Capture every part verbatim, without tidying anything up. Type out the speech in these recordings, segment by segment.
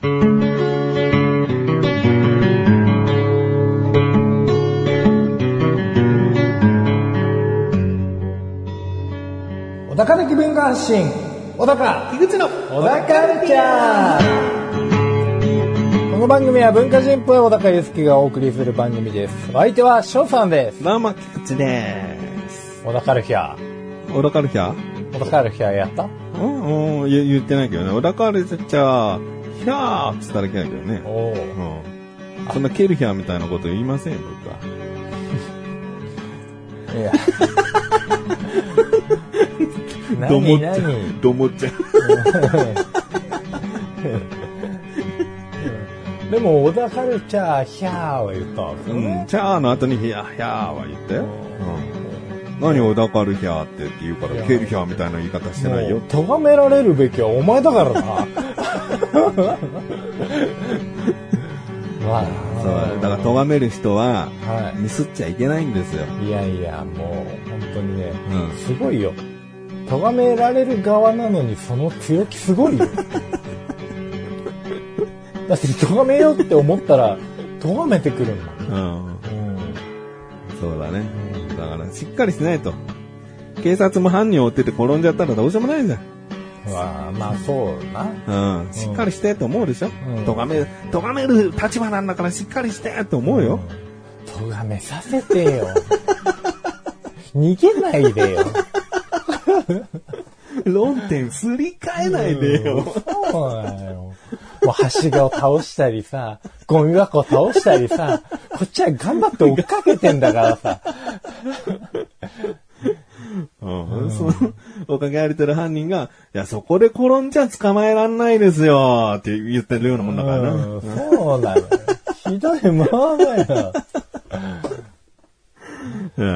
小高的文化発信、小高樋口の小高カルチャー。この番組は文化人っぽい小高祐介がお送りする番組です。お相手は翔さんです。 どうも菊池です。 小高カルチャー。小高カルチャー？ 小高カルチャーやった？ うんうん、言ってないけどね。小高カルチャー、ヒャーって言っただけだけどね。 おー、 うん。そんなケルヒャーみたいなこと言いませんよ、僕は。 いや。 どもっちゃ何どもっちゃでも小田カルチャーヒャーは言ったわけね、 うん、チャーの後にヒャーヒャーは言ったよ、うん、何小田カルヒャーってって言うからケルヒャーみたいな言い方してないよ。 咎められるべきはお前だからな。まあ、 そうだから咎める人は、 はい、 ミスっちゃいけないんですよ。 いやいやもう本当にね、 うん、 すごいよ。咎められる側なのにその強気すごいよ。だって咎めようって思ったら咎めてくるんだ、 うんうん、そうだね、 うん、 だからしっかりしないと。警察も犯人を追ってて転んじゃったらどうしようもないじゃん。 まあ、まあそうな、 うん、しっかりしてと思うでしょ、 うん、 咎め咎める立場なんだからしっかりしてと思うよ、 うん、咎めさせてよ。逃げないでよ。 論点すり替えないでよ、うん、 そうなのよ。もうはしごを倒したりさ、ゴミ箱を倒したりさ、こっちは頑張って追っかけてんだからさ。 うんうん、その追っかけられてる犯人が、いやそこで転んじゃ捕まえらんないですよって言ってるようなもんだからな、 うん、そうなのよ。ひどいものだよ。 うん、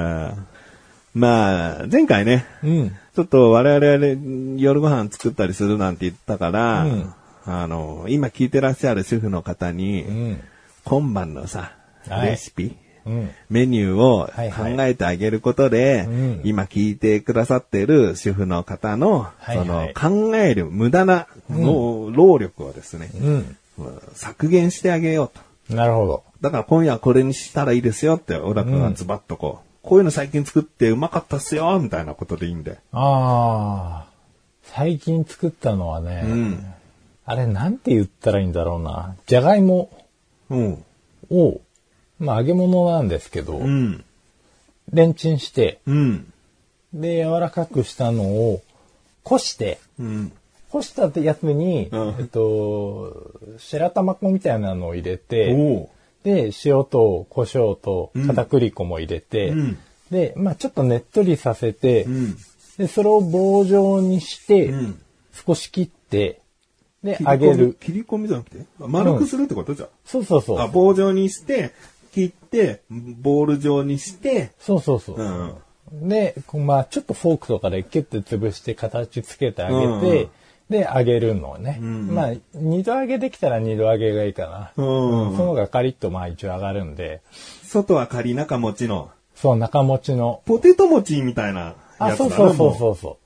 まあ前回ね、 うん、 ちょっと我々夜ご飯作ったりするなんて言ったから、うん、あの今聞いてらっしゃる主婦の方に、うん、今晩のさ、はい、レシピ、うん、メニューを考えてあげることで、はいはい、今聞いてくださっている主婦の方の、はいはい、その考える無駄なの、うん、労力をですね、うん、削減してあげようと。 なるほど。 だから今夜はこれにしたらいいですよって小田君がズバッとこう、うん、こういうの最近作ってうまかったっすよみたいなことでいいんで。 ああ、最近作ったのはね、うん、あれなんて言ったらいいんだろうな。じゃがいもを、まあ揚げ物なんですけど、うん、レンチンして、うん、で柔らかくしたのをこして、うん、こしたやつに、うん、えっと白玉粉みたいなのを入れて、で塩と胡椒と片栗粉も入れて、うん、でまあちょっとねっとりさせて、うん、でそれを棒状にして、うん、少し切ってで揚げる。 切り込みじゃなくて丸くするってこと、うん、じゃあ。 そうそうそう。 あ、棒状にして切ってボール状にして。 そうそうそう。うん、でまあちょっとフォークとかでキュッて潰して形つけてあげて。うんうんで、揚げるのをね。うんうん、まあ、二度揚げできたら二度揚げがいいかな。うんうん、その方がカリッとまあ一応上がるんで。 外はカリ、中持ちの。 そう、中持ちの。 ポテト餅みたいなやつだな。 あ、そうそうそうそうそう。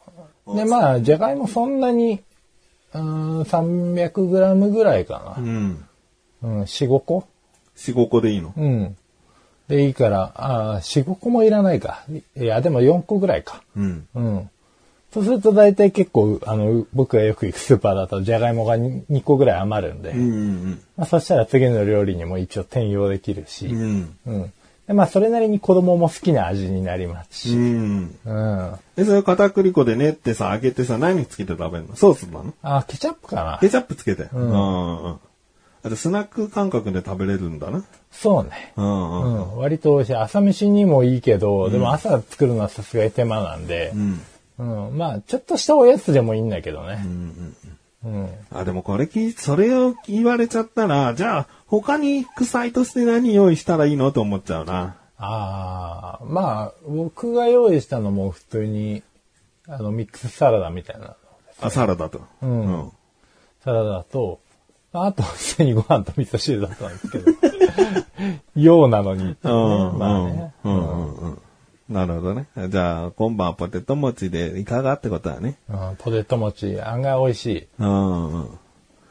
で、まあ、じゃがいもそんなに、うーん、さんびゃくグラムぐらいかな。うん。うん、よん、ごこ ? よん、ごこでいいの？ うん。で、いいから、ああ、よん、ごこもいらないか。いや、でもよんこぐらいか。うん。うん。そうすると大体結構、あの、僕がよく行くスーパーだと、じゃがいもが に, にこぐらい余るんで、うんうんうんまあ、そしたら次の料理にも一応転用できるし、うんうん、でまあ、それなりに子供も好きな味になりますし。うんうん、で、それ片栗粉で練ってさ、揚げてさ、何つけて食べるの？ソースなの？ あ、ケチャップかな。 ケチャップつけて。うんうんうん、あとスナック感覚で食べれるんだな。 そうね、うんうんうん。割と美味しい。朝飯にもいいけど、うん、でも朝作るのはさすがに手間なんで、うんうん、まあちょっとしたおやつでもいいんだけどね。うんうんうん、あでもこれ聞それを言われちゃったらじゃあ他に副菜として何用意したらいいのと思っちゃうな。 ああまあ僕が用意したのも普通にあのミックスサラダみたいなのです、ね。 あサラダと。うん。うん、 サラダとあと普通にご飯と味噌汁だったんですけど。用なのに、ね。うんまあね。うんうんうんなるほどね。じゃあ、今晩はポテト餅でいかがってことだね。 うん、ポテト餅、案外美味しい。うんうん。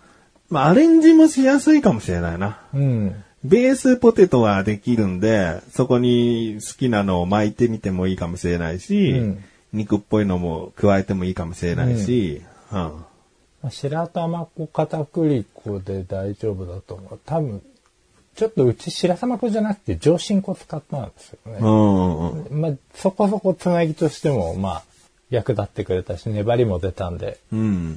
まあ、アレンジもしやすいかもしれないな。うん。ベースポテトはできるんで、そこに好きなのを巻いてみてもいいかもしれないし、うん、肉っぽいのも加えてもいいかもしれないし、うん。 うん、白玉粉片栗粉で大丈夫だと思う。多分、ちょっとうち白玉粉じゃなくて上新粉使ったんですよね。うんうん、まあ、そこそこつなぎとしても、まあ、役立ってくれたし、粘りも出たんで。うん。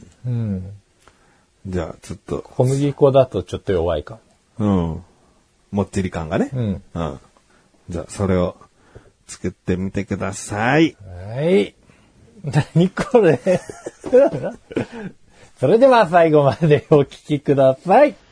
うん。じゃあ、ちょっと。 小麦粉だとちょっと弱いかも。うん。もっちり感がね。うん。うん。じゃあ、それを作ってみてください。 はい。何これそれでは最後までお聞きください。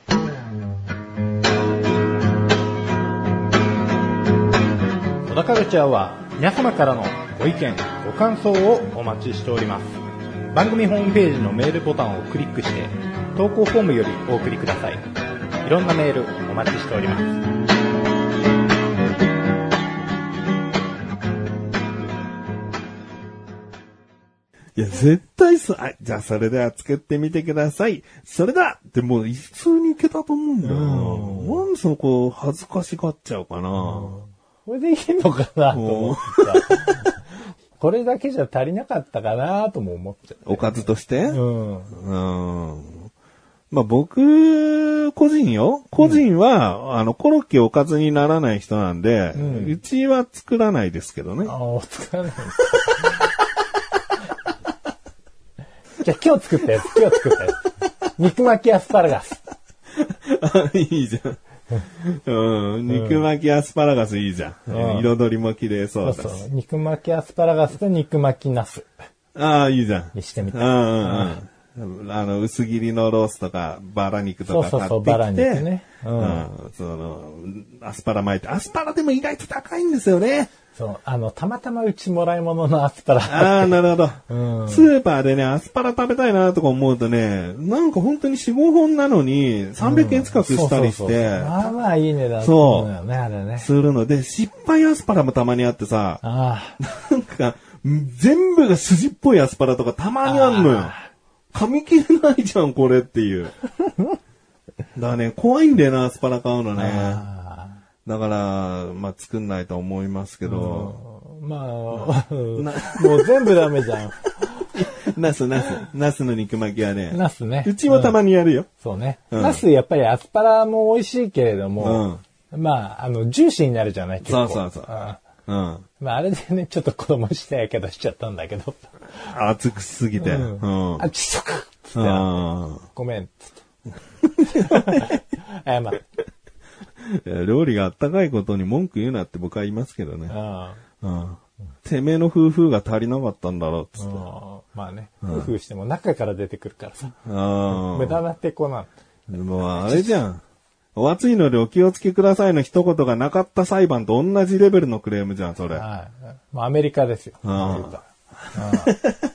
小田カルチャーは皆様からのご意見、ご感想をお待ちしております。番組ホームページのメールボタンをクリックして投稿フォームよりお送りください。いろんなメールお待ちしております。 いや、絶対そう。はい、じゃあそれでは作ってみてください。それではでも普通にいけたと思うんだよな。なんでそこ恥ずかしがっちゃうかな。 これでいいのかなと思ってさ。これだけじゃ足りなかったかなとも思っちゃう、ね。 おかずとして、うん、うん。まあ、僕、個人よ。個人は、うん、あの、コロッケおかずにならない人なんで、うん、うちは作らないですけどね。 ああ、作らない。じゃあ今日作ったやつ、今日作ったやつ。肉巻きアスパラガス。 あ、いいじゃん。うん、肉巻きアスパラガスいいじゃん。うん、彩りも綺麗そうだし。そうそう。 肉巻きアスパラガスと肉巻きナス。 ああ、いいじゃん。 にしてみた。 うんうんうん。あの、薄切りのロースとか、バラ肉とか買ってきて。そうそうそう、バラ肉ね。うん。うん、その、アスパラ巻いて。アスパラでも意外と高いんですよね。 そう、あの、たまたまうちもらい物のアスパラ。 ああ、なるほど、うん。スーパーでね、アスパラ食べたいなとか思うとね、なんか本当によん、ごほんなのにさんびゃくえん近くしたりして。うん、そうそうそう、 まあまあいい値段するのよね、あれね。 するので、失敗アスパラもたまにあってさ、あなんか、全部が筋っぽいアスパラとかたまにあんのよ。噛み切れないじゃん、これっていう。だからね、怖いんだよな、アスパラ買うのね。だから、まあ、作んないと思いますけど。 まあ、もう全部ダメじゃん。 ナス、ナス。ナスの肉巻きはね。 ナスね。 うちもたまにやるよ。うん、 そうね。うん、ナス、やっぱりアスパラも美味しいけれども、うん、まあ、あの、ジューシーになるじゃない結構。 そうそうそう。うん。 まあ、あれでね、ちょっと子供したやけどしちゃったんだけど。 熱くしすぎて。うん。 うん、あ、ちそくつって。ごめん、つって。謝って。 料理があったかいことに文句言うなって僕は言いますけどね。ああ、うん、てめえの夫婦が足りなかったんだろうっつって。 あまあね、夫婦しても中から出てくるからさ。あ無駄な抵抗なんでもあれじゃん。お熱いのでお気をつけくださいの一言がなかった裁判と同じレベルのクレームじゃん、それ。はい。 まあアメリカですよ。ああ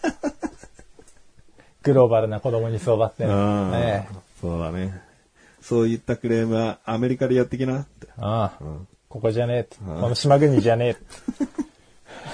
グローバルな子供に育ってる。 ね、そうだね。そういったクレームはアメリカでやってきなって。 ああ、うん、ここじゃねえって。この島国じゃねえって。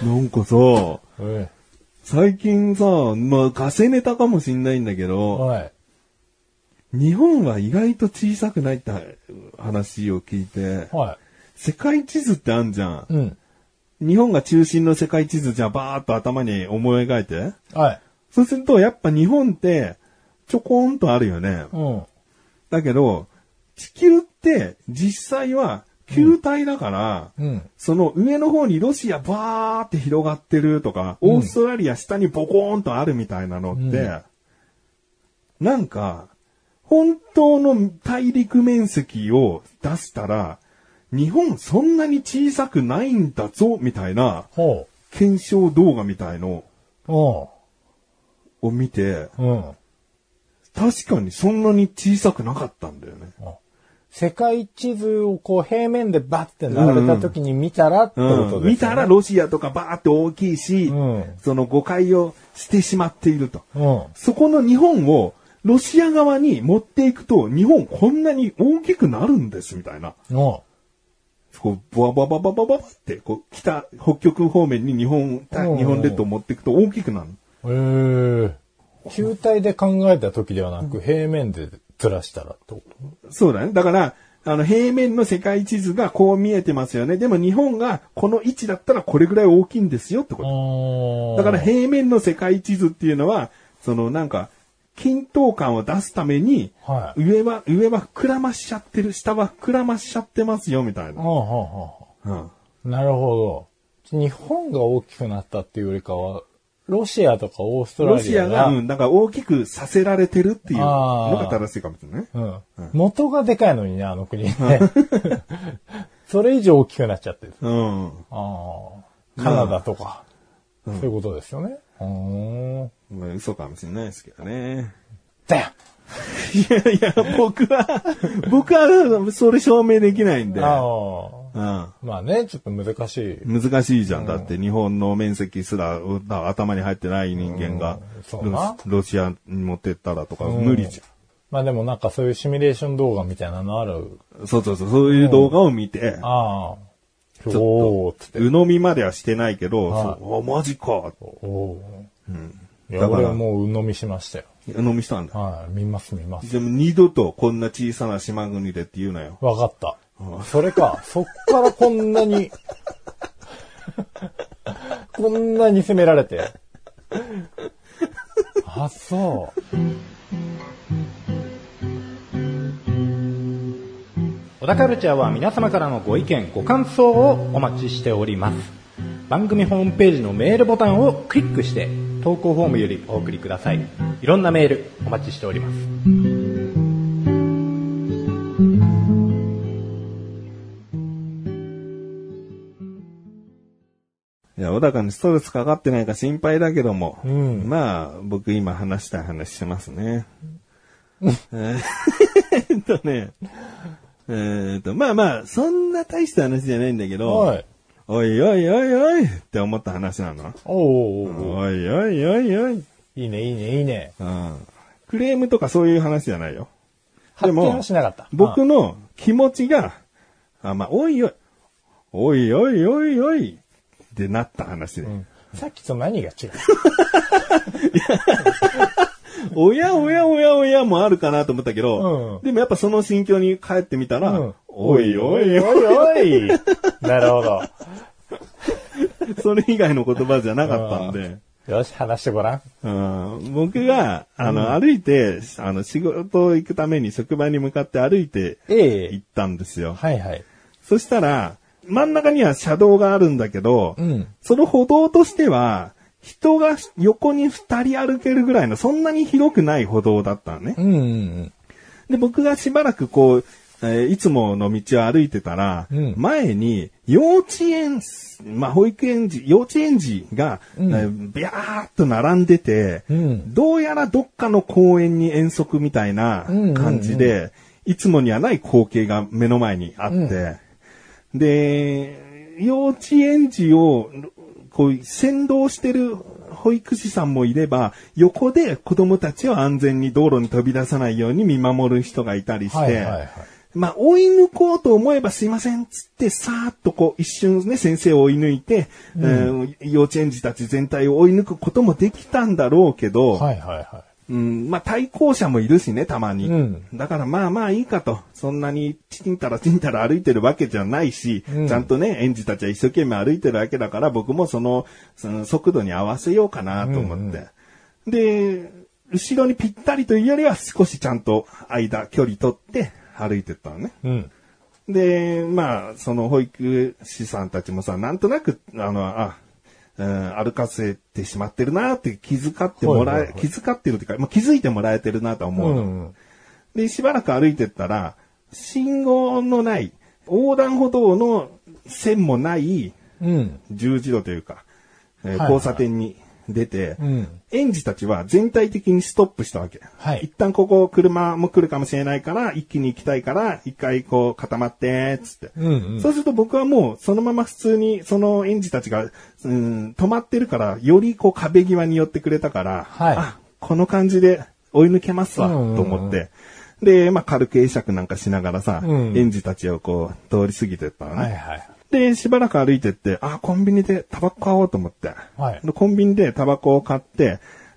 なんかさ、うん、最近さ、まあ、ガセネタかもしんないんだけど、はい、日本は意外と小さくないって話を聞いて、はい、世界地図ってあんじゃん。うん、日本が中心の世界地図じゃバーっと頭に思い描いて。はい、そうするとやっぱ日本ってちょこんとあるよね。うんだけど、地球って実際は球体だから、うんうん、その上の方にロシアバーって広がってるとか、うん、オーストラリア下にボコーンとあるみたいなのって、うん、なんか、本当の大陸面積を出したら、日本そんなに小さくないんだぞ、みたいな、検証動画みたいのを見て、うん確かにそんなに小さくなかったんだよね。 世界地図をこう平面でバッて並べた時に見たらってことですね、うん見たらロシアとかバーって大きいし、うん、その誤解をしてしまっていると、うん。そこの日本をロシア側に持っていくと日本こんなに大きくなるんですみたいな。うん、こうバババババババってこう北北極方面に日本、うん、日本列島を持っていくと大きくなる。へー。 球体で考えた時ではなく、平面でずらしたらと。 そうだね。だから、あの、平面の世界地図がこう見えてますよね。でも日本がこの位置だったらこれぐらい大きいんですよってこと。だから平面の世界地図っていうのは、そのなんか、均等感を出すために、はい、上は、上は膨らましちゃってる、下は膨らましちゃってますよ、みたいな。はあはあはあうん、なるほど。日本が大きくなったっていうよりかは、ロシアとかオーストラリアが。ロシアが、 うん、だから大きくさせられてるっていうのが正しいかもしれない。 うんうん、元がでかいのにね、あの国ね。それ以上大きくなっちゃってる。うん、あカナダとか、うん、そういうことですよね。うんまあ、嘘かもしれないですけどね。 だよいやいや、僕は、僕はそれ証明できないんで。あうん、まあね、ちょっと難しい。 難しいじゃん。うん、だって日本の面積すら頭に入ってない人間が、うん、ロ, ロシアに持ってったらとか無理じゃん。うん、 まあでもなんかそういうシミュレーション動画みたいなのある。 そうそうそう、そういう動画を見て。うん、 ああ。 ちょっと、鵜呑みまではしてないけど、そう、マジか。おうん、いや、だから俺はもう鵜呑みしましたよ。 鵜呑みしたんだ。 はい、見ます見ます。 でも二度とこんな小さな島国でって言うなよ。 わかった。それか、そっからこんなに、こんなに責められて。あ、そう。 小田カルチャーは皆様からのご意見、ご感想をお待ちしております。番組ホームページのメールボタンをクリックして投稿フォームよりお送りください。いろんなメールお待ちしております。 いや、小高にストレスかかってないか心配だけども、うん、まあ僕今話したい話してますね。えっとね、えっとまあまあそんな大した話じゃないんだけど。はいおいおいおいおいって思った話なの。おおおいおいおいおい。 いいねいいねいいね。 うん。クレームとかそういう話じゃないよ。 発見はしなかった。 僕の気持ちが、あ、まあ、おいおい、おいおいおいおいってなった話で。うん、 さっきと何が違うおやおやおやおやもあるかなと思ったけど、うん、でもやっぱその心境に帰ってみたら、うん、おいおいおいおい。 なるほど。 それ以外の言葉じゃなかったんで。 よし、話してごらん。うん、僕が、あの、うん、歩いて、あの、仕事行くために職場に向かって歩いて行ったんですよ。ええ、はいはい。 そしたら、真ん中には車道があるんだけど、うん、その歩道としては、人が横に二人歩けるぐらいのそんなに広くない歩道だったのね。うんうんうん、で、僕がしばらくこう、えー、いつもの道を歩いてたら、うん、前に幼稚園、まあ、保育園児、幼稚園児が、うん、えー、ビャーっと並んでて、うん、どうやらどっかの公園に遠足みたいな感じで、うんうんうん、いつもにはない光景が目の前にあって、うん、で、幼稚園児をこう先導してる保育士さんもいれば、横で子供たちを安全に道路に飛び出さないように見守る人がいたりして、はいはいはい、まあ、追い抜こうと思えばすいませんつって、さーっとこう一瞬ね、先生を追い抜いて、うんえー、幼稚園児たち全体を追い抜くこともできたんだろうけど、はいはいはいうん、まあ、対向車もいるしね、たまに。うん、だからまあまあいいかと。そんなにチンタラチンタラ歩いてるわけじゃないし、うん、ちゃんとね、園児たちは一生懸命歩いてるわけだから、僕もその、その速度に合わせようかなと思って。うんうん、で、後ろにぴったりというよりは少しちゃんと間、距離取って歩いてったのね。うん、で、まあ、その保育士さんたちもさ、なんとなく、あの、あ、うん、歩かせてしまってるなって気遣ってもらえ、はいはいはい、気遣ってるっていうか、まあ、気づいてもらえてるなと思うの、うんうん。で、しばらく歩いてったら、信号のない、横断歩道の線もない、十字路というか、うんえー、交差点に出て、はいはい、園児たちは全体的にストップしたわけ。はい、一旦ここ車も来るかもしれないから、一気に行きたいから、一回こう固まって、つって、うんうん。そうすると僕はもうそのまま普通にその園児たちが、うん、止まってるから、よりこう壁際に寄ってくれたから、はい、あ、この感じで追い抜けますわ、うんうんうん、と思って。で、まあ軽く会釈なんかしながらさ、うん、園児たちをこう通り過ぎてったのね。はいはい。で、しばらく歩いてって、あ、コンビニでタバコ買おうと思って。はい。でコンビニでタバコを買って、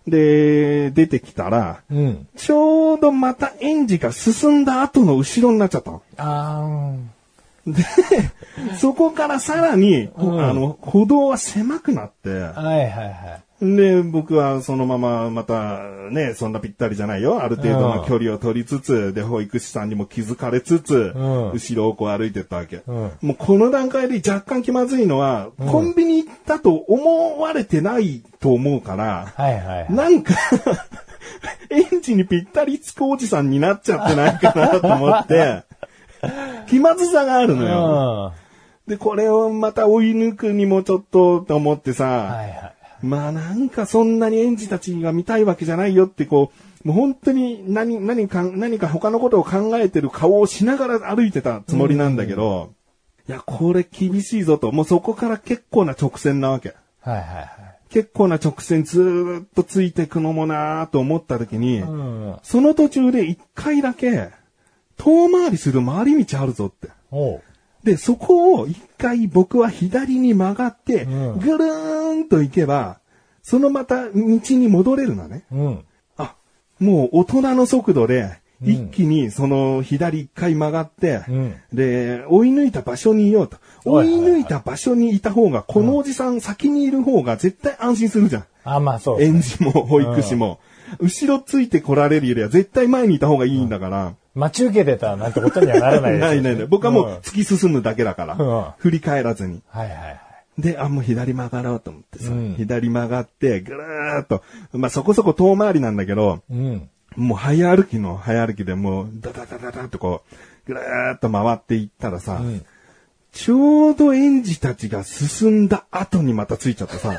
で、出てきたら、うん、ちょうどまた園児が進んだ後の後ろになっちゃったの。あで、そこからさらに、うん、あの、歩道は狭くなって、はいはいはい。で、僕はそのまままたね、そんなぴったりじゃないよ。ある程度の距離を取りつつ、うん、で、保育士さんにも気づかれつつ、うん、後ろをこう歩いてったわけ、うん。もうこの段階で若干気まずいのは、うん、コンビニ行ったと思われてないと思うから、はいはいはい、なんか、園児にぴったりつくおじさんになっちゃってないかなと思って、気まずさがあるのよ。うん、で、これをまた追い抜くにもちょっとと思ってさ、はいはいまあなんかそんなに園児たちが見たいわけじゃないよってこう、もう本当に何、何か、何か他のことを考えてる顔をしながら歩いてたつもりなんだけど、いや、これ厳しいぞと、もうそこから結構な直線なわけ。はいはいはい。結構な直線ずーっとついてくのもなーと思った時に、うん、その途中で一回だけ遠回りする回り道あるぞって。おうで、そこを一回僕は左に曲がって、うん、ぐるーんと行けば、そのまた道に戻れるのね。うん、あ、もう大人の速度で、一気にその左一回曲がって、うん、で、追い抜いた場所にいようと。追い抜いた場所にいた方が、このおじさん先にいる方が絶対安心するじゃん。あ、まあそう、ね。園児も保育士も。うん、後ろついて来られるよりは絶対前にいた方がいいんだから。うん待ち受けてたなんてことにはならないですよ、ね。ないないない。 僕はもう突き進むだけだから。うん、振り返らずに。はいはいはい。で、あ、もう左曲がろうと思ってさ。うん、左曲がって、ぐるーっと。まあ、そこそこ遠回りなんだけど、うん、もう早歩きの早歩きでもう、ダダダダダっとこう、ぐるーっと回っていったらさ、うん、ちょうど園児たちが進んだ後にまたついちゃってさ。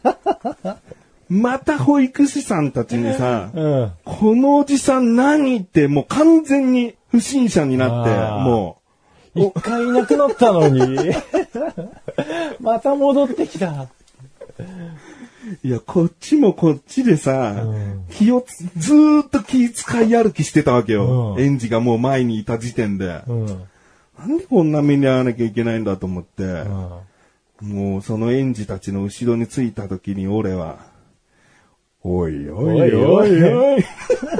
また保育士さんたちにさ、うん、このおじさん何ってもう完全に不審者になって、もう。一回いなくなったのに、また戻ってきた。 いや、こっちもこっちでさ、うん、気をつ、ずーっと気使い歩きしてたわけよ。うん、園児がもう前にいた時点で。うん、なんでこんな目に遭わなきゃいけないんだと思って、うん、もうその園児たちの後ろに着いた時に俺は、おいおいおいおい。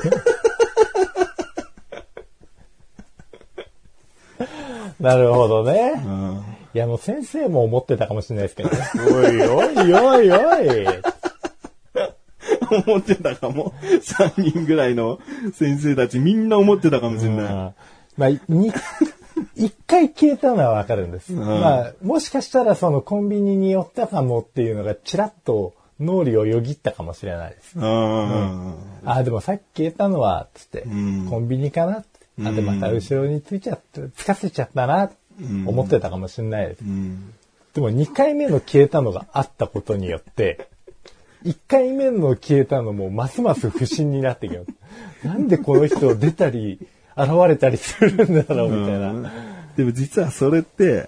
なるほどね。うん、いやもう先生も思ってたかもしれないですけどね。おいおいおいおい。 思ってたかも。さんにんぐらいの先生たちみんな思ってたかもしれない。うん、 まあ、に、一回消えたのはわかるんです。うん、まあ、もしかしたらそのコンビニに寄ったかもっていうのがちらっと脳裏をよぎったかもしれないです。うん、あ、でもさっき消えたのは、つって、うん、コンビニかなって。あ、でまた後ろについちゃって、つかせちゃったな、思ってたかもしれないです。うん、でもにかいめの消えたのがあったことによって、いっかいめの消えたのもますます不審になってきます。なんでこの人出たり、現れたりするんだろうみたいな。うん、 でも実はそれって、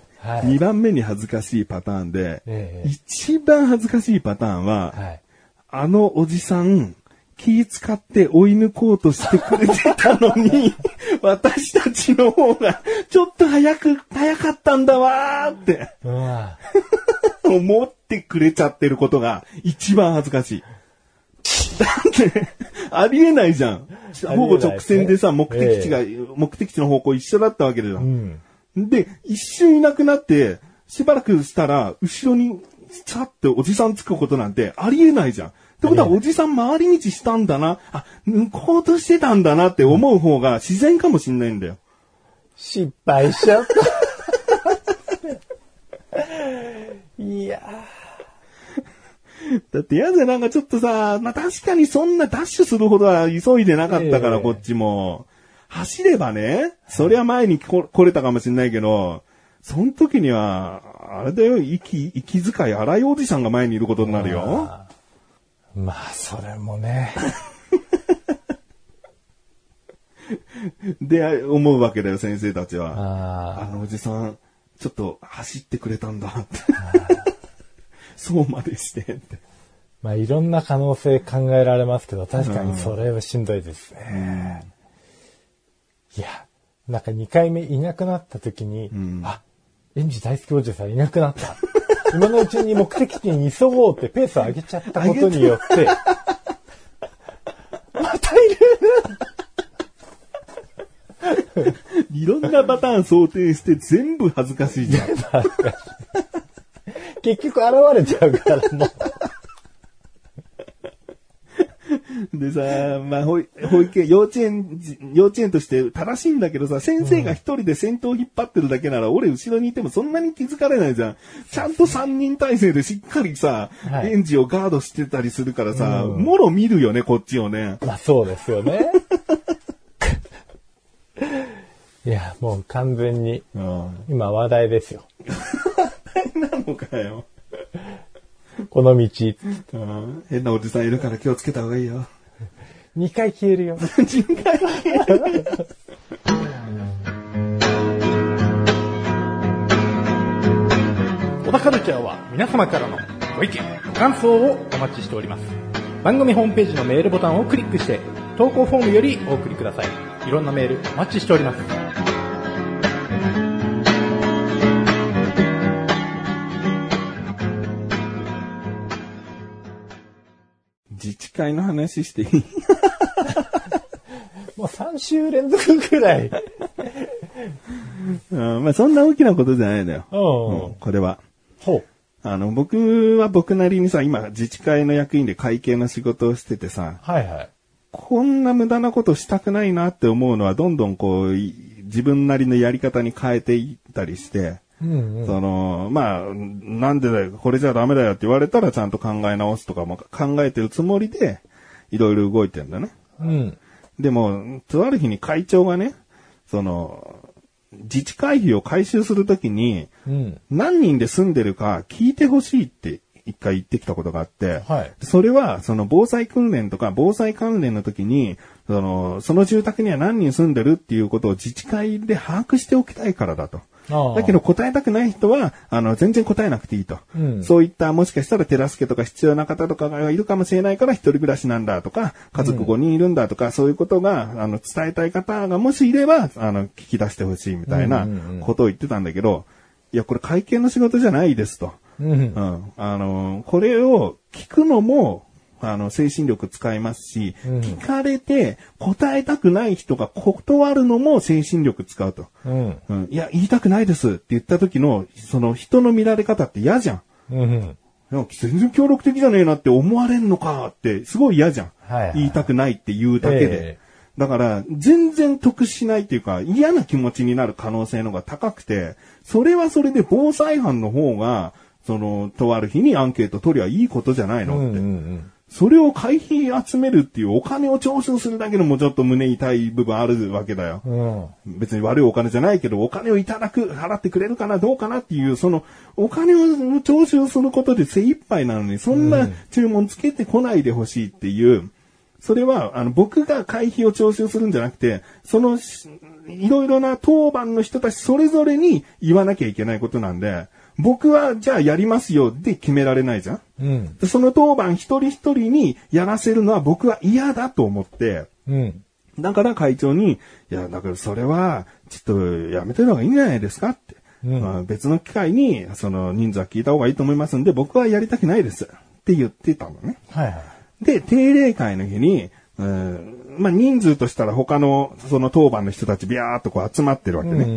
はい、にばんめに恥ずかしいパターンで、ええ、一番恥ずかしいパターンは、はい、あのおじさん、気使って追い抜こうとしてくれてたのに、私たちの方がちょっと早く、早かったんだわーって、うわ思ってくれちゃってることが一番恥ずかしい。だって、ありえないじゃん。ほぼ直線でさ、目的地が、ええ、目的地の方向一緒だったわけじゃん。うん、で、一瞬いなくなって、しばらくしたら、後ろに、ちゃっておじさんつくことなんてありえないじゃん。ってことは、おじさん回り道したんだな、あ、抜こうとしてたんだなって思う方が自然かもしんないんだよ。 失敗しちゃった。いやだってやだなんかちょっとさ、まあ、確かにそんなダッシュするほどは急いでなかったから、えー、こっちも。走ればね、そりゃ前に来れたかもしんないけど、その時には、あれだよ、息、息遣い荒いおじさんが前にいることになるよ。 あまあ、それもね。 で、思うわけだよ、先生たちは。あ, あのおじさん、ちょっと走ってくれたんだって。そうまでしてって。 まあ、いろんな可能性考えられますけど、確かにそれはしんどいですね。うん、いや、なんかにかいめいなくなった時に、うん、あ、園児大好きおじさんいなくなった。今のうちに目的地に急ごうってペースを上げちゃったことによって、 いろんなパターン想定して全部恥ずかしいじゃん。 結局現れちゃうからもう。 でさ、まあ、保育園、幼稚園、幼稚園として正しいんだけどさ、先生が一人で先頭引っ張ってるだけなら、俺後ろにいてもそんなに気づかれないじゃん。ちゃんと三人体制でしっかりさ、はい、園児をガードしてたりするからさ、うん、もろ見るよね、こっちをね。 まあそうですよね。いや、もう完全に、うん、今話題ですよ。 話題なのかよ。 この道、 うん。変なおじさんいるから気をつけた方がいいよ。 にかい消えるよ。にかい消える。 小田カルチャーは皆様からのご意見、ご感想をお待ちしております。番組ホームページのメールボタンをクリックして投稿フォームよりお送りください。いろんなメールお待ちしております。 自治会の話していい？ もうさん週連続くらい。 うん、まあそんな大きなことじゃないんだよ。うん、これは。 ほう。 あの、僕は僕なりにさ、今自治会の役員で会計の仕事をしててさ。 はいはい。 こんな無駄なことしたくないなって思うのはどんどんこう、自分なりのやり方に変えていったりして。うんうん、その、まあ、なんでだよ、これじゃダメだよって言われたらちゃんと考え直すとかも考えてるつもりで、いろいろ動いてるんだね。 うん。 でも、とある日に会長がね、その、自治会費を回収するときに、うん、何人で住んでるか聞いてほしいって一回言ってきたことがあって、はい、それは、その防災訓練とか防災関連の時に、その、その住宅には何人住んでるっていうことを自治会で把握しておきたいからだと。だけど答えたくない人は、あの、全然答えなくていいと。うん、そういったもしかしたら手助けとか必要な方とかがいるかもしれないから一人暮らしなんだとか、家族ごにんいるんだとか、うん、そういうことが、あの、伝えたい方がもしいれば、あの、聞き出してほしいみたいなことを言ってたんだけど、いや、これ会計の仕事じゃないですと。うん。うん、あの、これを聞くのも、あの、精神力使いますし、うん、聞かれて答えたくない人が断るのも精神力使うと。うんうん、いや、言いたくないですって言った時の、その人の見られ方って嫌じゃん。うん、全然協力的じゃねえなって思われんのかって、すごい嫌じゃん。はいはい、言いたくないって言うだけで。えー、だから、全然得しないっていうか、嫌な気持ちになる可能性のが高くて、それはそれで防災班の方が、その、とある日にアンケート取りゃいいことじゃないのって。うんうんうん、それを会費集めるっていうお金を徴収するだけでもちょっと胸痛い部分あるわけだよ。うん、別に悪いお金じゃないけど、お金をいただく、払ってくれるかな、どうかなっていう、その、お金を徴収することで精一杯なのに、そんな注文つけてこないでほしいっていう、それは、あの、僕が会費を徴収するんじゃなくて、その、いろいろな当番の人たちそれぞれに言わなきゃいけないことなんで、僕はじゃあやりますよって決められないじゃん、うん、その当番一人一人にやらせるのは僕は嫌だと思って、うん、だから会長に、いや、だからそれはちょっとやめてるのがいいんじゃないですかって、うんまあ、別の機会にその人数は聞いた方がいいと思いますんで、僕はやりたくないですって言ってたのね。はいはい、で、定例会の日に、うん、まあ人数としたら他のその当番の人たちビャーっとこう集まってるわけね。うん、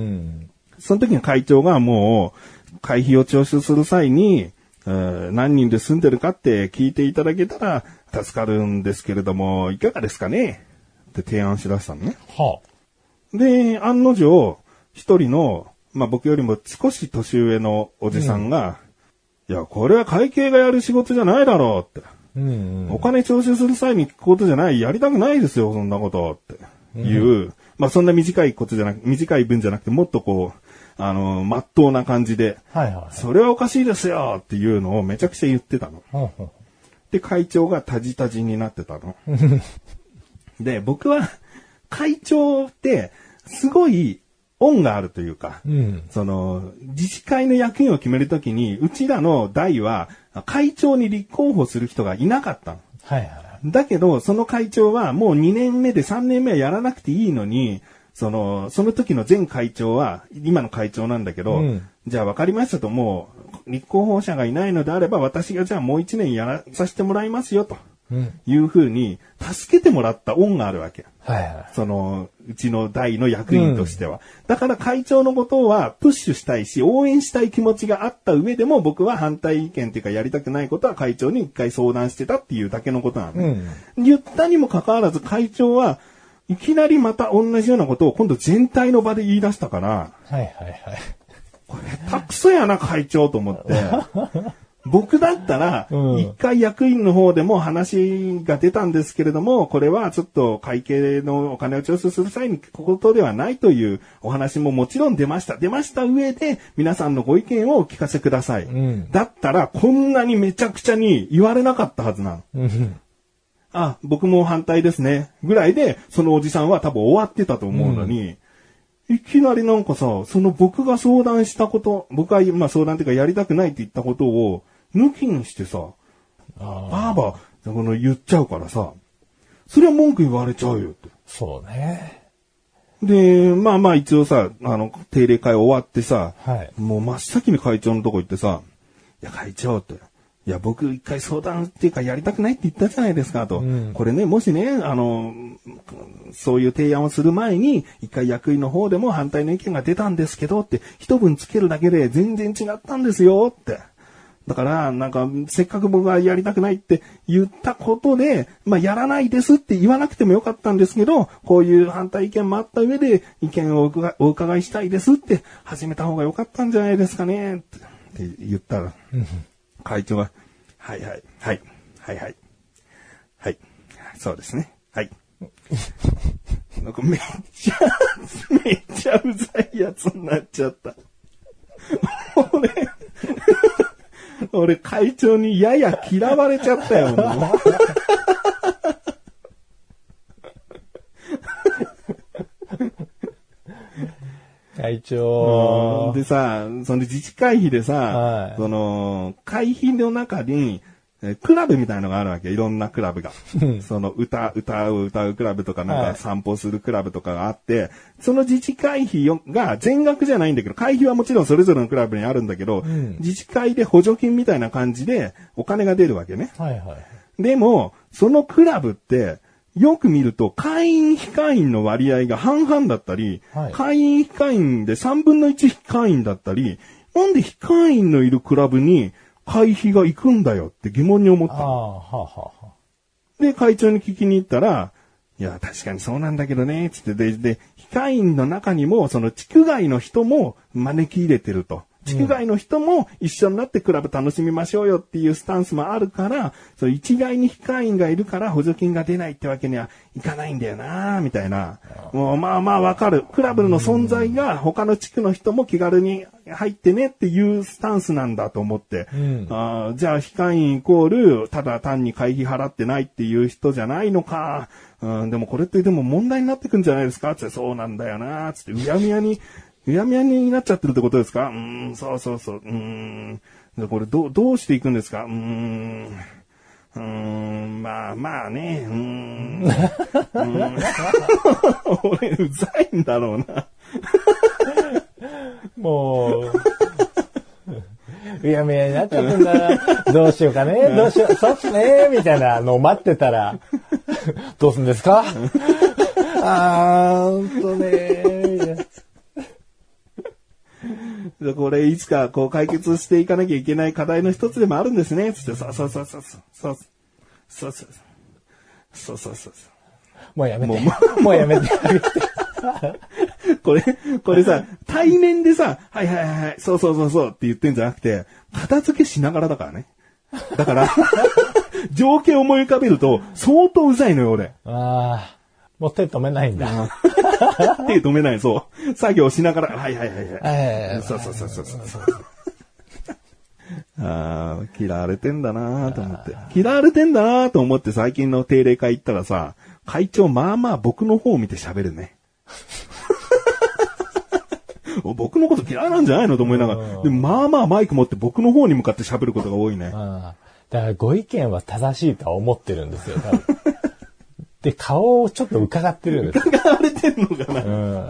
その時に会長がもう、会費を徴収する際に、何人で住んでるかって聞いていただけたら助かるんですけれども、いかがですかねって提案しだしたのね。はあ、で、案の定、一人の、まあ、僕よりも少し年上のおじさんが、うん、いや、これは会計がやる仕事じゃないだろうって。うんうん、お金徴収する際に聞くことじゃない、やりたくないですよ、そんなことっていう、うん、まあ、そんな短いことじゃなく、短い文じゃなくて、もっとこう、あの、まっとうな感じで、はいはいはい、それはおかしいですよっていうのをめちゃくちゃ言ってたの。はいはい、で、会長がタジタジになってたの。で、僕は、会長って、すごい恩があるというか、うん、その、自治会の役員を決めるときに、うちらの代は、会長に立候補する人がいなかったの。はいはい、だけど、その会長はもうにねんめでさんねんめはやらなくていいのに、その、その時の前会長は、今の会長なんだけど、うん、じゃあ分かりましたと、もう、立候補者がいないのであれば、私がじゃあもう一年やらさせてもらいますよと。 いうふうに、助けてもらった恩があるわけ。 はいはい。 その、うちの代の役員としては。うん、だから会長のことはプッシュしたいし、応援したい気持ちがあった上でも、僕は反対意見っていうかやりたくないことは会長に一回相談してたっていうだけのことなの、ね。うん、言ったにもかかわらず会長はいきなりまた同じようなことを今度全体の場で言い出したから、 はいはいはい。 これ下手くそやな会長と思って。僕だったら、一回役員の方でも話が出たんですけれども、これはちょっと会計のお金を徴収する際にことではないというお話ももちろん出ました。出ました上で、皆さんのご意見をお聞かせください。うん、だったら、こんなにめちゃくちゃに言われなかったはずなの。うん、あ、僕も反対ですね。ぐらいで、そのおじさんは多分終わってたと思うのに、うん、いきなりなんかさ、その僕が相談したこと、僕はまあ相談っていうかやりたくないって言ったことを、抜きにしてさ、あバーバー、この言っちゃうからさ、それは文句言われちゃうよって。 そうね。 で、まあまあ一応さ、あの、定例会終わってさ、 はい、 もう真っ先に会長のとこ行ってさ、いや会長って、いや僕一回相談っていうかやりたくないって言ったじゃないですかと。うん、これね、もしね、あの、そういう提案をする前に、一回役員の方でも反対の意見が出たんですけどって、一文つけるだけで全然違ったんですよって。だから、なんか、せっかく僕がやりたくないって言ったことで、まあ、やらないですって言わなくてもよかったんですけど、こういう反対意見もあった上で、意見をお伺いしたいですって始めた方がよかったんじゃないですかねって言ったら、会長が、はいはい、はい、はいはい、はい、そうですね、はい。なんかめっちゃ、めっちゃうざいやつになっちゃった。俺、俺会長にやや嫌われちゃったよ。 会長。 でさ、その自治会費でさ、 はい、 その会費の中にクラブみたいのがあるわけ。いろんなクラブが。その歌、歌う歌うクラブとかなんか散歩するクラブとかがあって、はい、その自治会費が全額じゃないんだけど、会費はもちろんそれぞれのクラブにあるんだけど、うん、自治会で補助金みたいな感じでお金が出るわけね。 はいはい、 でも、そのクラブって、よく見ると会員非会員の割合が半々だったり、はい、会員非会員でさんぶんのいち非会員だったり、なんで非会員のいるクラブに会費が行くんだよって疑問に思った。 あはあはあ、 で、会長に聞きに行ったら、いや、確かにそうなんだけどね、つって、で、で、非会員の中にも、その地区外の人も招き入れてると。地区外の人も一緒になってクラブ楽しみましょうよっていうスタンスもあるから、その一概に非会員がいるから補助金が出ないってわけにはいかないんだよなみたいな。もうまあまあわかる。クラブの存在が他の地区の人も気軽に入ってねっていうスタンスなんだと思って。うん、あじゃあ非会員イコール、ただ単に会費払ってないっていう人じゃないのか。うん、でもこれってでも問題になってくんじゃないですかつって、そうなんだよなつって、うやむやに、うやむやになっちゃってるってことですかうーん、そうそうそう。うーん。これどう、どうしていくんですかうーん。うーん、まあまあね。うーん。うーん俺、うざいんだろうな。 もう、うやむやになっちゃってんだ。どうしようかね。どうしよう。そうっすね。みたいなのを待ってたら、どうすんですかあー、ほんとね。 これいつかこう解決していかなきゃいけない課題の一つでもあるんですね。つって、そうそうそうそうそうそうそうそうそうそうそうもうやめて。もう、もうやめて。 これ、これさ、対面でさ、はいはいはい、そうそうそうそうって言ってんじゃなくて、片付けしながらだからね。だから、情景を思い浮かべると相当うざいのよ、俺。 ああ。もう手止めないんだ。 手止めない、そう。作業しながら、はいはいはいはい。そうそうそうそうそう。ああ、嫌われてんだなと思って。嫌われてんだなと思って最近の定例会行ったらさ、会長まあまあ僕の方を見て喋るね。僕のこと嫌いなんじゃないのと思いながら。でまあまあマイク持って僕の方に向かって喋ることが多いね。 あだからご意見は正しいとは思ってるんですよ、多分。で、顔をちょっと伺ってるんです。 伺われてんのかな、うん、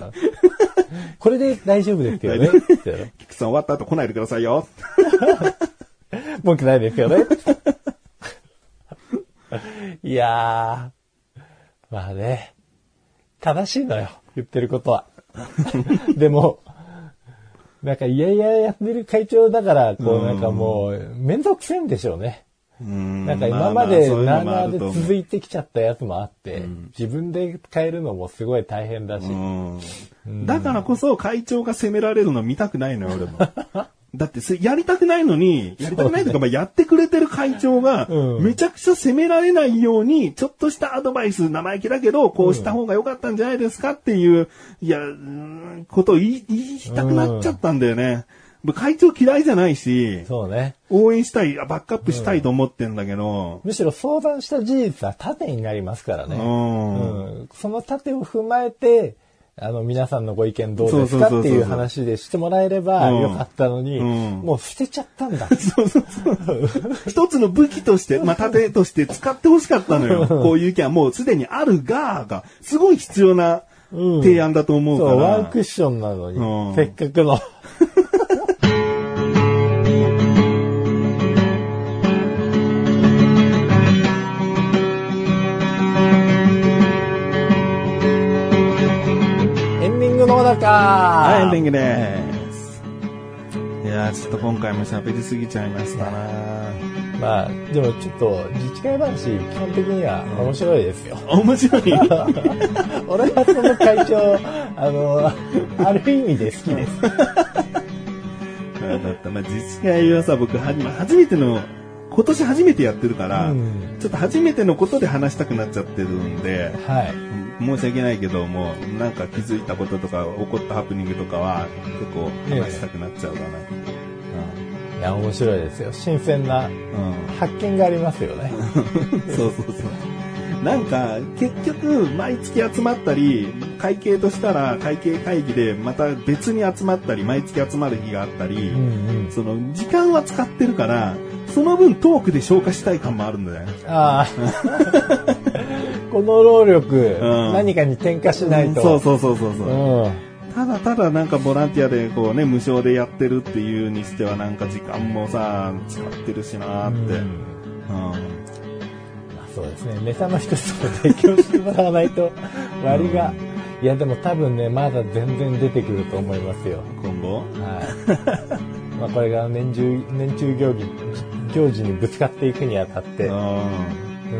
これで大丈夫ですけどね。 キクさん終わった後来ないでくださいよ。 文句ないですよね。 いやー、まあね、正しいのよ、言ってることは。でも、なんかいやいややってる会長だから、こうなんかもう、めんどくせえんでしょうね。うんなんか今までなあなあで続いてきちゃったやつもあって、うん、自分で変えるのもすごい大変だし。うんうん、だからこそ会長が責められるの見たくないのよ、俺も。だってやりたくないのに、やりたくないというか、まあ、やってくれてる会長が、めちゃくちゃ責められないように、ちょっとしたアドバイス、生意気だけど、こうした方が良かったんじゃないですかっていう、いや、ことを言い、言いたくなっちゃったんだよね。会長嫌いじゃないし、 そうね。 応援したい、バックアップしたいと思ってんだけど、 うん、むしろ相談した事実は盾になりますからね。うんうん、その盾を踏まえて、あの、皆さんのご意見どうですかっていう話でしてもらえればよかったのに、うん、もう捨てちゃったんだ。そうそうそう。 一つの武器として、まあ、盾として使ってほしかったのよ。こういう意見はもうすでにあるが、が、すごい必要な提案だと思うから。 うん、そう、ワンクッションなのに、うん、せっかくの。 はい、エンディングです。いやー、ちょっと今回も喋りすぎちゃいましたな。 まあ、でもちょっと、自治会話、基本的には面白いですよ。 面白い俺はその会長、あの、ある意味で好きです。だって、まあ、自治会はさ、僕は、初めての、今年初めてやってるから、うん、ちょっと初めてのことで話したくなっちゃってるんで、はい。申し訳ないけども、なんか気づいたこととか起こったハプニングとかは結構話したくなっちゃうかな、ねうん、いや面白いですよ。新鮮な発見がありますよね、 うん、そうそうそうなんか結局毎月集まったり会計としたら会計会議でまた別に集まったり毎月集まる日があったり、うんうん、その時間は使ってるからその分トークで消化したい感もあるんだよね。あこの労力、うん、何かに転嫁しないと。 そうそうそうそうそう、うん。ただただなんかボランティアでこうね無償でやってるっていうにしてはなんか時間もさ使ってるしなーって。うん。うん、まあ、 そうですね。ネタの一つを提供してもらわないと割が、うん、いやでも多分ねまだ全然出てくると思いますよ。 今後。はい。 まあこれが年中年中行事行事にぶつかっていくにあたって。うんうん、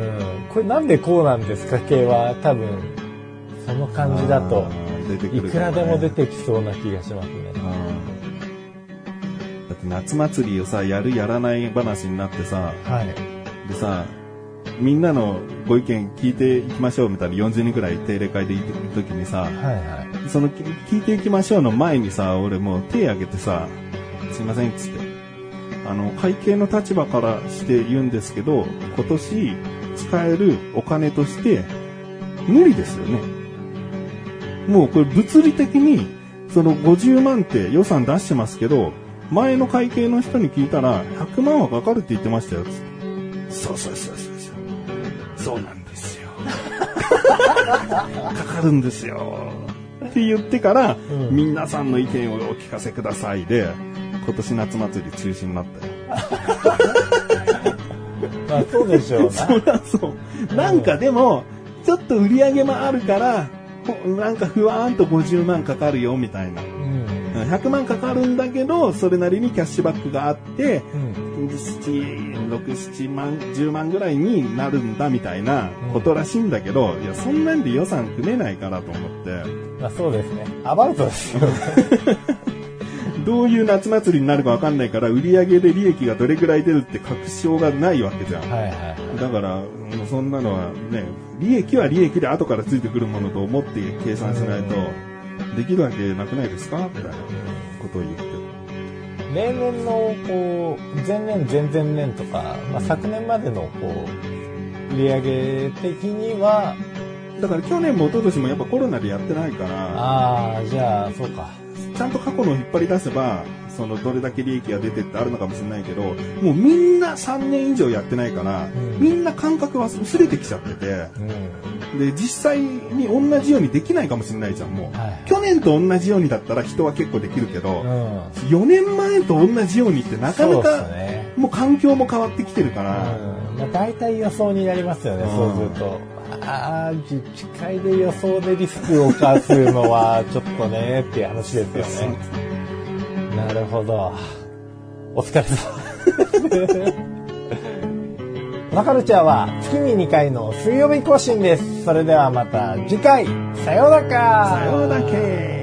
これなんでこうなんですか系は多分その感じだといくらでも出てきそうな気がしますね。 だって夏祭りをさやるやらない話になってさ、はい、でさみんなのご意見聞いていきましょうみたいなよんじゅうにんくらい定例会でいる時にさ、はいはい、その聞いていきましょうの前にさ俺もう手挙げてさすいませんっつってあの会計の立場からして言うんですけど今年使えるお金として無理ですよね。もうこれ物理的にそのごじゅうまんって予算出してますけど前の会計の人に聞いたらひゃくまんはかかるって言ってましたよ。そうそうそうそうそうなんですよかかるんですよって言ってから、うん、皆さんの意見をお聞かせくださいで今年夏祭り中止になったよまあそうでしょうな。 そりゃそう。なんかでも、ちょっと売り上げもあるから、なんかふわーんとごじゅうまんかかるよみたいな。うん、ひゃくまんかかるんだけど、それなりにキャッシュバックがあって、うん、ろく、ななまん、じゅうまんぐらいになるんだみたいなことらしいんだけど、うん、いや、そんなんで予算組めないからと思って。 まあそうですね。アバウトですよね。 どういう夏祭りになるか分かんないから売り上げで利益がどれくらい出るって確証がないわけじゃん、はいはいはい、だからもうそんなのはね利益は利益で後からついてくるものと思って計算しないとできるわけなくないですかみたいなことを言って例年のこう前年前々年とか、まあ、昨年までのこう売り上げ的にはだから去年も一昨年もやっぱコロナでやってないからああじゃあそうかちゃんと過去の引っ張り出せばそのどれだけ利益が出てってあるのかもしれないけど、もうみんなさんねん以上やってないから、うん、みんな感覚は薄れてきちゃってて、うん、で実際に同じようにできないかもしれないじゃんもう、はい、去年と同じようにだったら人は結構できるけど、うん、よねんまえと同じようにってなかなか、ね、もう環境も変わってきてるから、 うん、まあ、大体予想になりますよね、うん、そうすると。ああ、自治会で予想でリスクを犯すのはちょっとねっていう話ですよね。なるほど。お疲れ様。小田カルチャーは月ににかいの水曜日更新です。それではまた次回。さようなら。 さようなら。